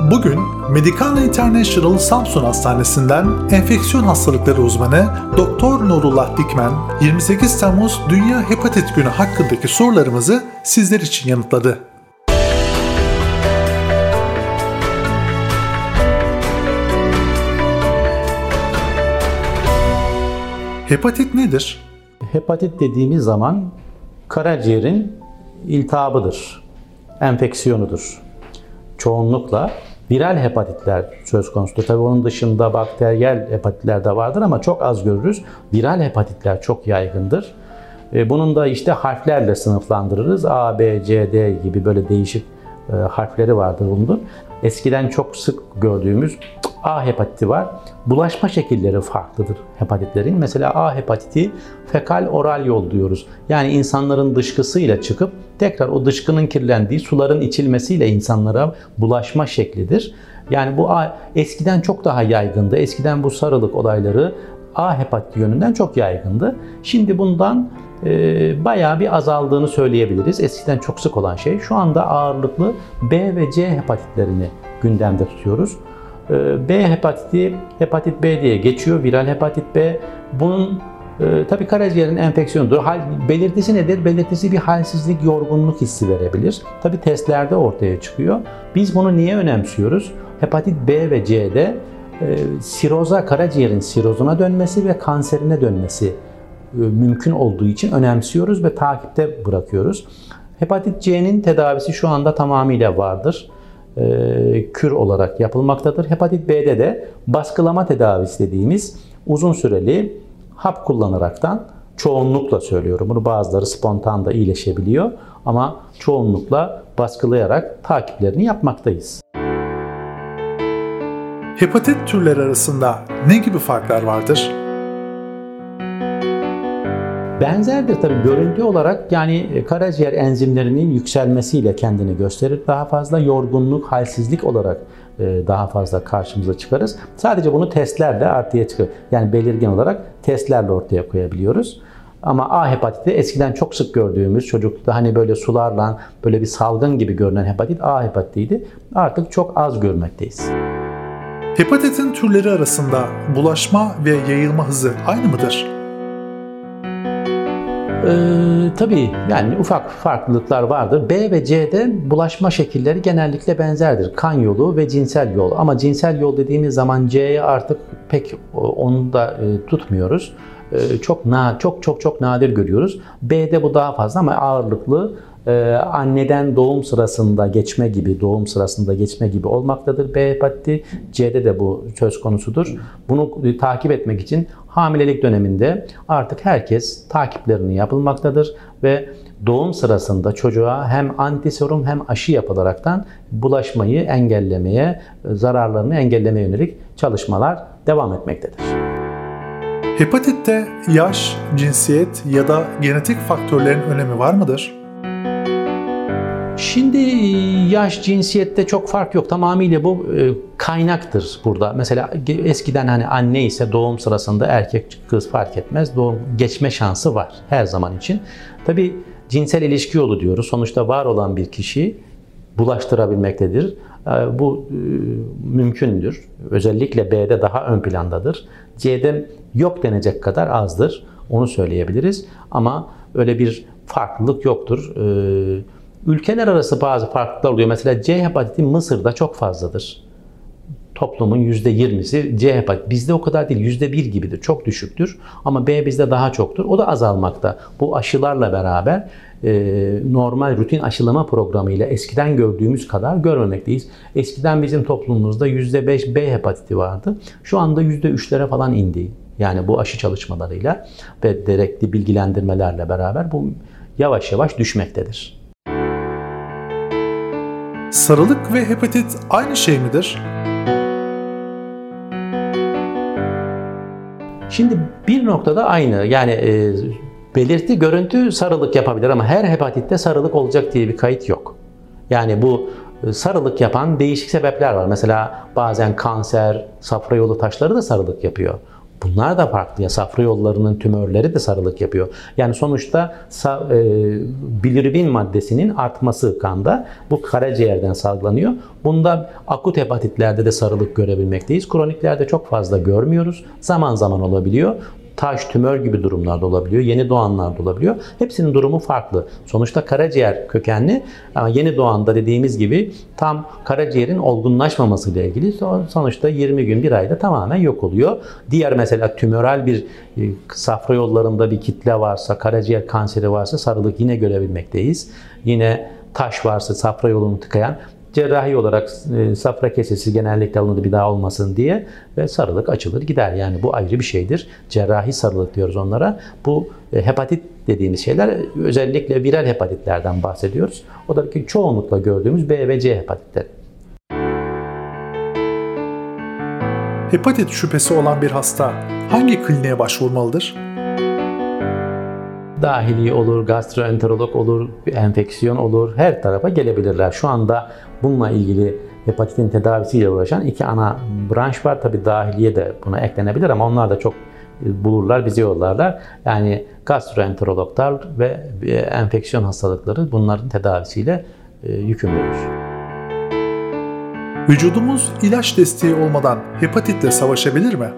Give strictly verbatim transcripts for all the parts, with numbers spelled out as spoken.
Bugün Medicana International Samsun Hastanesi'nden enfeksiyon hastalıkları uzmanı Doktor Nurullah Dikmen, yirmi sekiz Temmuz Dünya Hepatit Günü hakkındaki sorularımızı sizler için yanıtladı. Hepatit nedir? Hepatit dediğimiz zaman karaciğerin iltihabıdır, enfeksiyonudur. Çoğunlukla viral hepatitler söz konusudur. Tabii onun dışında bakteriyel hepatitler de vardır ama çok az görürüz. Viral hepatitler çok yaygındır. Bunun da işte harflerle sınıflandırırız. A, B, C, D gibi böyle değişik harfleri vardır bunun. Eskiden çok sık gördüğümüz A hepatiti var. Bulaşma şekilleri farklıdır hepatitlerin. Mesela A hepatiti fekal oral yol diyoruz. Yani insanların dışkısıyla çıkıp tekrar o dışkının kirlendiği suların içilmesiyle insanlara bulaşma şeklidir. Yani bu A eskiden çok daha yaygındı. Eskiden bu sarılık olayları A hepatiti yönünden çok yaygındı. Şimdi bundan e, bayağı bir azaldığını söyleyebiliriz. Eskiden çok sık olan şey. Şu anda ağırlıklı B ve C hepatitlerini gündemde tutuyoruz. B hepatiti, hepatit B diye geçiyor, viral hepatit B. Bunun e, tabii karaciğerin enfeksiyonudur. Hal, belirtisi nedir? Belirtisi bir halsizlik, yorgunluk hissi verebilir. Tabii testlerde ortaya çıkıyor. Biz bunu niye önemsiyoruz? Hepatit B ve C'de e, siroza, karaciğerin sirozuna dönmesi ve kanserine dönmesi e, mümkün olduğu için önemsiyoruz ve takipte bırakıyoruz. Hepatit C'nin tedavisi şu anda tamamıyla vardır. Kür olarak yapılmaktadır. Hepatit B'de de baskılama tedavisi dediğimiz uzun süreli hap kullanaraktan, çoğunlukla söylüyorum bunu, bazıları spontan da iyileşebiliyor ama çoğunlukla baskılayarak takiplerini yapmaktayız. Hepatit türleri arasında ne gibi farklar vardır? Benzerdir tabii görüntü olarak, yani karaciğer enzimlerinin yükselmesiyle kendini gösterir. Daha fazla yorgunluk, halsizlik olarak daha fazla karşımıza çıkarız. Sadece bunu testlerle ortaya çıkıyor. Yani belirgin olarak testlerle ortaya koyabiliyoruz. Ama A hepatiti eskiden çok sık gördüğümüz, çocukta hani böyle sularla böyle bir salgın gibi görünen hepatit A hepatitiydi. Artık çok az görmekteyiz. Hepatitin türleri arasında bulaşma ve yayılma hızı aynı mıdır? Ee, tabii yani ufak farklılıklar vardır. B ve C'de bulaşma şekilleri genellikle benzerdir. Kan yolu ve cinsel yol. Ama cinsel yol dediğimiz zaman C'ye artık pek onu da e, tutmuyoruz. E, çok na çok çok çok nadir görüyoruz. B'de bu daha fazla ama ağırlıklı e, anneden doğum sırasında geçme gibi, doğum sırasında geçme gibi olmaktadır B hepatiti. C'de de bu söz konusudur. Bunu e, takip etmek için hamilelik döneminde artık herkes takiplerini yapılmaktadır ve doğum sırasında çocuğa hem antiserum hem aşı yapılaraktan bulaşmayı engellemeye, zararlarını engellemeye yönelik çalışmalar devam etmektedir. Hepatitte yaş, cinsiyet ya da genetik faktörlerin önemi var mıdır? Şimdi yaş, cinsiyette çok fark yok. Tamamıyla bu e, kaynaktır burada. Mesela eskiden hani anne ise doğum sırasında erkek kız fark etmez, doğum geçme şansı var her zaman için. Tabii cinsel ilişki yolu diyoruz. Sonuçta var olan bir kişi bulaştırabilmektedir. E, bu e, mümkündür. Özellikle B'de daha ön plandadır. C'de yok denecek kadar azdır. Onu söyleyebiliriz. Ama öyle bir farklılık yoktur. E, Ülkeler arası bazı farklılıklar oluyor. Mesela C hepatiti Mısır'da çok fazladır. Toplumun yüzde yirmisi C hepatiti. Bizde o kadar değil, yüzde bir gibidir. Çok düşüktür. Ama B bizde daha çoktur. O da azalmakta. Bu aşılarla beraber e, normal rutin aşılama programıyla eskiden gördüğümüz kadar görmemekteyiz. Eskiden bizim toplumumuzda yüzde beş B hepatiti vardı. Şu anda yüzde üçlere falan indi. Yani bu aşı çalışmalarıyla ve gerekli bilgilendirmelerle beraber bu yavaş yavaş düşmektedir. Sarılık ve hepatit aynı şey midir? Şimdi bir noktada aynı. Yani e, belirti, görüntü sarılık yapabilir ama her hepatitte sarılık olacak diye bir kayıt yok. Yani bu e, sarılık yapan değişik sebepler var. Mesela bazen kanser, safra yolu taşları da sarılık yapıyor. Bunlar da farklı. Ya, safra yollarının tümörleri de sarılık yapıyor. Yani sonuçta e, bilirubin maddesinin artması kanda bu karaciğerden salgılanıyor. Bunda akut hepatitlerde de sarılık görebilmekteyiz. Kroniklerde çok fazla görmüyoruz. Zaman zaman olabiliyor. Taş, tümör gibi durumlarda olabiliyor. Yeni doğanlarda olabiliyor. Hepsinin durumu farklı. Sonuçta karaciğer kökenli ama yeni doğanda dediğimiz gibi tam karaciğerin olgunlaşmamasıyla ilgili sonuçta yirmi gün bir ayda tamamen yok oluyor. Diğer mesela tümöral bir safra yollarında bir kitle varsa, karaciğer kanseri varsa sarılık yine görebilmekteyiz. Yine taş varsa safra yolunu tıkayan cerrahi olarak e, safra kesesi genellikle alınır bir daha olmasın diye ve sarılık açılır gider. Yani bu ayrı bir şeydir. Cerrahi sarılık diyoruz onlara. Bu e, hepatit dediğimiz şeyler özellikle viral hepatitlerden bahsediyoruz. O da ki çoğunlukla gördüğümüz B ve C hepatitleri. Hepatit şüphesi olan bir hasta hangi kliniğe başvurmalıdır? Dahiliye olur, gastroenterolog olur, enfeksiyon olur, her tarafa gelebilirler. Şu anda bununla ilgili hepatitin tedavisiyle uğraşan iki ana branş var. Tabii dahiliye de buna eklenebilir ama onlar da çok bulurlar, bizi yollarlar. Yani gastroenterologlar ve enfeksiyon hastalıkları bunların tedavisiyle yükümlüdür. Vücudumuz ilaç desteği olmadan hepatitle savaşabilir mi?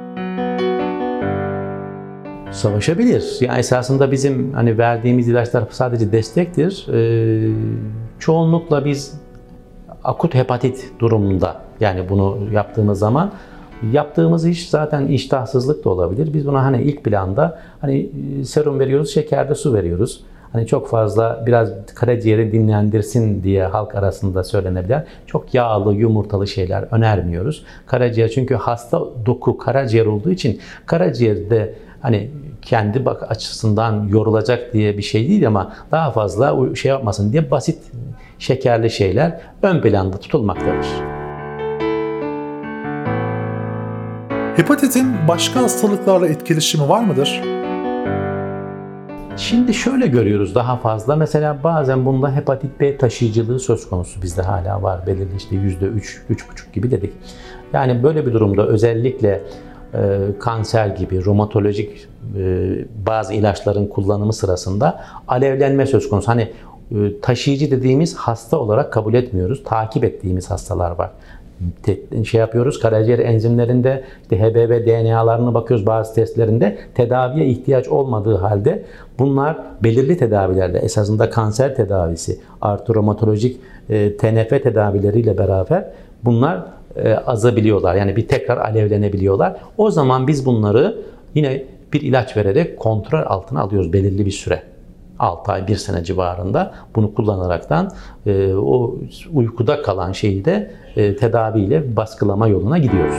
Savaşabilir. Yani esasında bizim hani verdiğimiz ilaçlar sadece destektir. Ee, çoğunlukla biz akut hepatit durumunda yani bunu yaptığımız zaman yaptığımız iş zaten iştahsızlık da olabilir. Biz buna hani ilk planda hani serum veriyoruz, şekerde su veriyoruz. Hani çok fazla biraz karaciğeri dinlendirsin diye halk arasında söylenebilir. Çok yağlı, yumurtalı şeyler önermiyoruz. Karaciğer çünkü hasta doku karaciğer olduğu için karaciğerde hani kendi bak açısından yorulacak diye bir şey değil ama daha fazla şey yapmasın diye basit şekerli şeyler ön planda tutulmaktadır. Hepatitin başka hastalıklarla etkileşimi var mıdır? Şimdi şöyle görüyoruz daha fazla. Mesela bazen bunda hepatit B taşıyıcılığı söz konusu bizde hala var. Belirli işte yüzde üç, üç buçuk gibi dedik. Yani böyle bir durumda özellikle e, kanser gibi romatolojik e, bazı ilaçların kullanımı sırasında alevlenme söz konusu. Hani e, taşıyıcı dediğimiz hasta olarak kabul etmiyoruz. Takip ettiğimiz hastalar var. Şey yapıyoruz, karaciğer enzimlerinde işte H B V D N A'larına bakıyoruz bazı testlerinde tedaviye ihtiyaç olmadığı halde bunlar belirli tedavilerde esasında kanser tedavisi artı romatolojik e, T N F tedavileriyle beraber bunlar e, azabiliyorlar. Yani bir tekrar alevlenebiliyorlar. O zaman biz bunları yine bir ilaç vererek kontrol altına alıyoruz belirli bir süre. altı ay, bir sene civarında bunu kullanaraktan e, o uykuda kalan şeyi de e, tedaviyle baskılama yoluna gidiyoruz.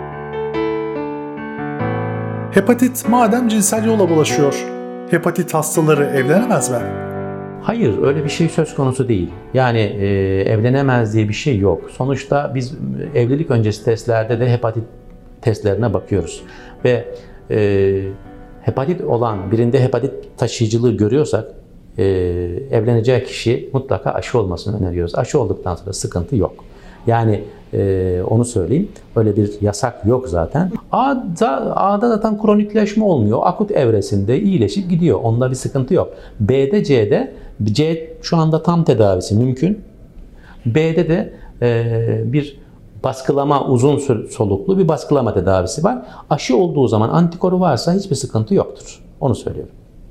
Hepatit madem cinsel yolla bulaşıyor, hepatit hastaları evlenemez mi? Hayır, öyle bir şey söz konusu değil. Yani e, evlenemez diye bir şey yok. Sonuçta biz evlilik öncesi testlerde de hepatit testlerine bakıyoruz. Ve e, hepatit olan birinde hepatit taşıyıcılığı görüyorsak e, evleneceği kişi mutlaka aşı olmasını öneriyoruz. Aşı olduktan sonra sıkıntı yok. Yani e, onu söyleyeyim. Öyle bir yasak yok zaten. A'da, A'da zaten kronikleşme olmuyor. Akut evresinde iyileşip gidiyor. Onda bir sıkıntı yok. B'de, C'de C şu anda tam tedavisi mümkün. B'de de e, bir baskılama, uzun soluklu bir baskılama tedavisi var. Aşı olduğu zaman antikoru varsa hiçbir sıkıntı yoktur. Onu söylüyorum.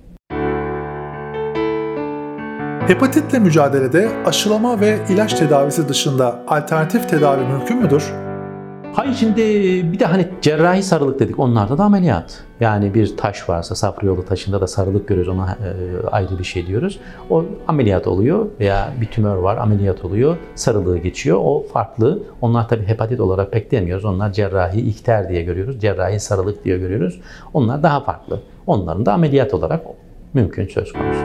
Hepatitle mücadelede aşılama ve ilaç tedavisi dışında alternatif tedavi mümkün müdür? Hayır, şimdi bir de hani cerrahi sarılık dedik. Onlarda da ameliyat. Yani bir taş varsa safra yolu taşında da sarılık görüyoruz. Ona e, ayrı bir şey diyoruz. O ameliyat oluyor veya bir tümör var ameliyat oluyor. Sarılığı geçiyor. O farklı. Onlar tabii hepatit olarak pek demiyoruz. Onlar cerrahi ikter diye görüyoruz. Cerrahi sarılık diye görüyoruz. Onlar daha farklı. Onların da ameliyat olarak mümkün söz konusu.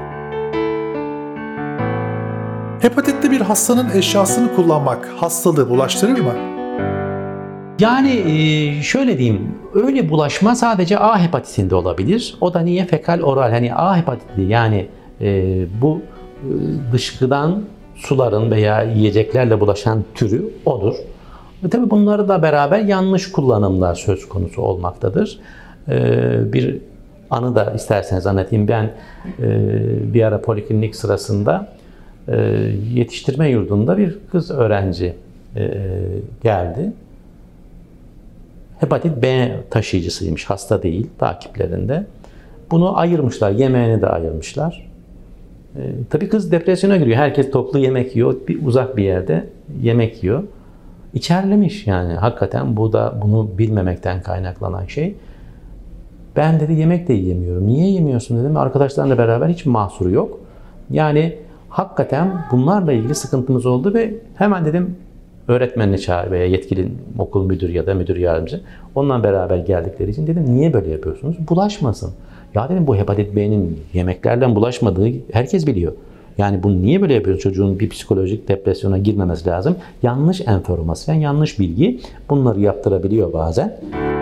Hepatitli bir hastanın eşyasını kullanmak hastalığı bulaştırır mı? Yani şöyle diyeyim, öyle bulaşma sadece A hepatitinde olabilir. O da niye? Fekal oral. Hani A hepatitli yani e, bu dışkıdan suların veya yiyeceklerle bulaşan türü odur. Ve tabii bunları da beraber yanlış kullanımlar söz konusu olmaktadır. Ee, bir anı da isterseniz anlatayım. Ben e, bir ara poliklinik sırasında e, yetiştirme yurdunda bir kız öğrenci e, geldi. Hepatit B taşıyıcısıymış, hasta değil takiplerinde. Bunu ayırmışlar, yemeğini de ayırmışlar. E, tabii kız depresyona giriyor. Herkes toplu yemek yiyor, bir uzak bir yerde yemek yiyor. İçerlemiş yani. Hakikaten bu da bunu bilmemekten kaynaklanan şey. Ben dedi yemek de yiyemiyorum. Niye yemiyorsun dedim. Arkadaşlarla beraber hiç mahsuru yok. Yani hakikaten bunlarla ilgili sıkıntımız oldu ve hemen dedim öğretmenini çağır veya yetkili okul müdür ya da müdür yardımcısı. Onunla beraber geldikleri için dedim niye böyle yapıyorsunuz? Bulaşmasın. Ya dedim bu hepatit B'nin yemeklerden bulaşmadığı herkes biliyor. Yani bunu niye böyle yapıyorsun? Çocuğun bir psikolojik depresyona girmemesi lazım. Yanlış enformasyon, yanlış bilgi bunları yaptırabiliyor bazen.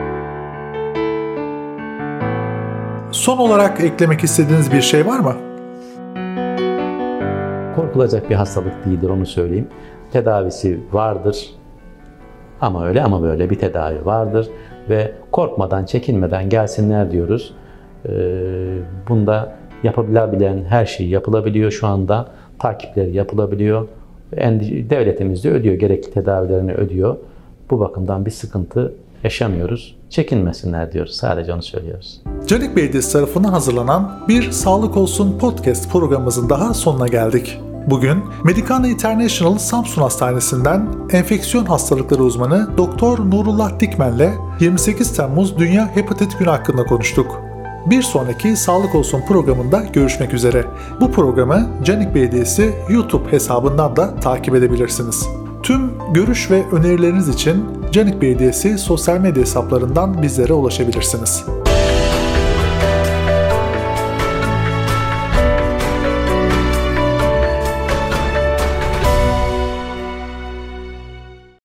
Son olarak eklemek istediğiniz bir şey var mı? Korkulacak bir hastalık değildir, onu söyleyeyim. Tedavisi vardır. Ama öyle ama böyle bir tedavi vardır. Ve korkmadan, çekinmeden gelsinler diyoruz. Ee, bunda yapılabilen her şey yapılabiliyor şu anda. Takipleri yapılabiliyor. Devletimiz de ödüyor, gerekli tedavilerini ödüyor. Bu bakımdan bir sıkıntı yaşamıyoruz. Çekinmesinler diyoruz. Sadece onu söylüyoruz. Canik Belediyesi tarafından hazırlanan Bir Sağlık Olsun podcast programımızın daha sonuna geldik. Bugün Medicana International Samsun Hastanesi'nden enfeksiyon hastalıkları uzmanı Doktor Nurullah Dikmen'le yirmi sekiz Temmuz Dünya Hepatit Günü hakkında konuştuk. Bir sonraki Sağlık Olsun programında görüşmek üzere. Bu programı Canik Belediyesi YouTube hesabından da takip edebilirsiniz. Tüm görüş ve önerileriniz için Canik Belediyesi sosyal medya hesaplarından bizlere ulaşabilirsiniz.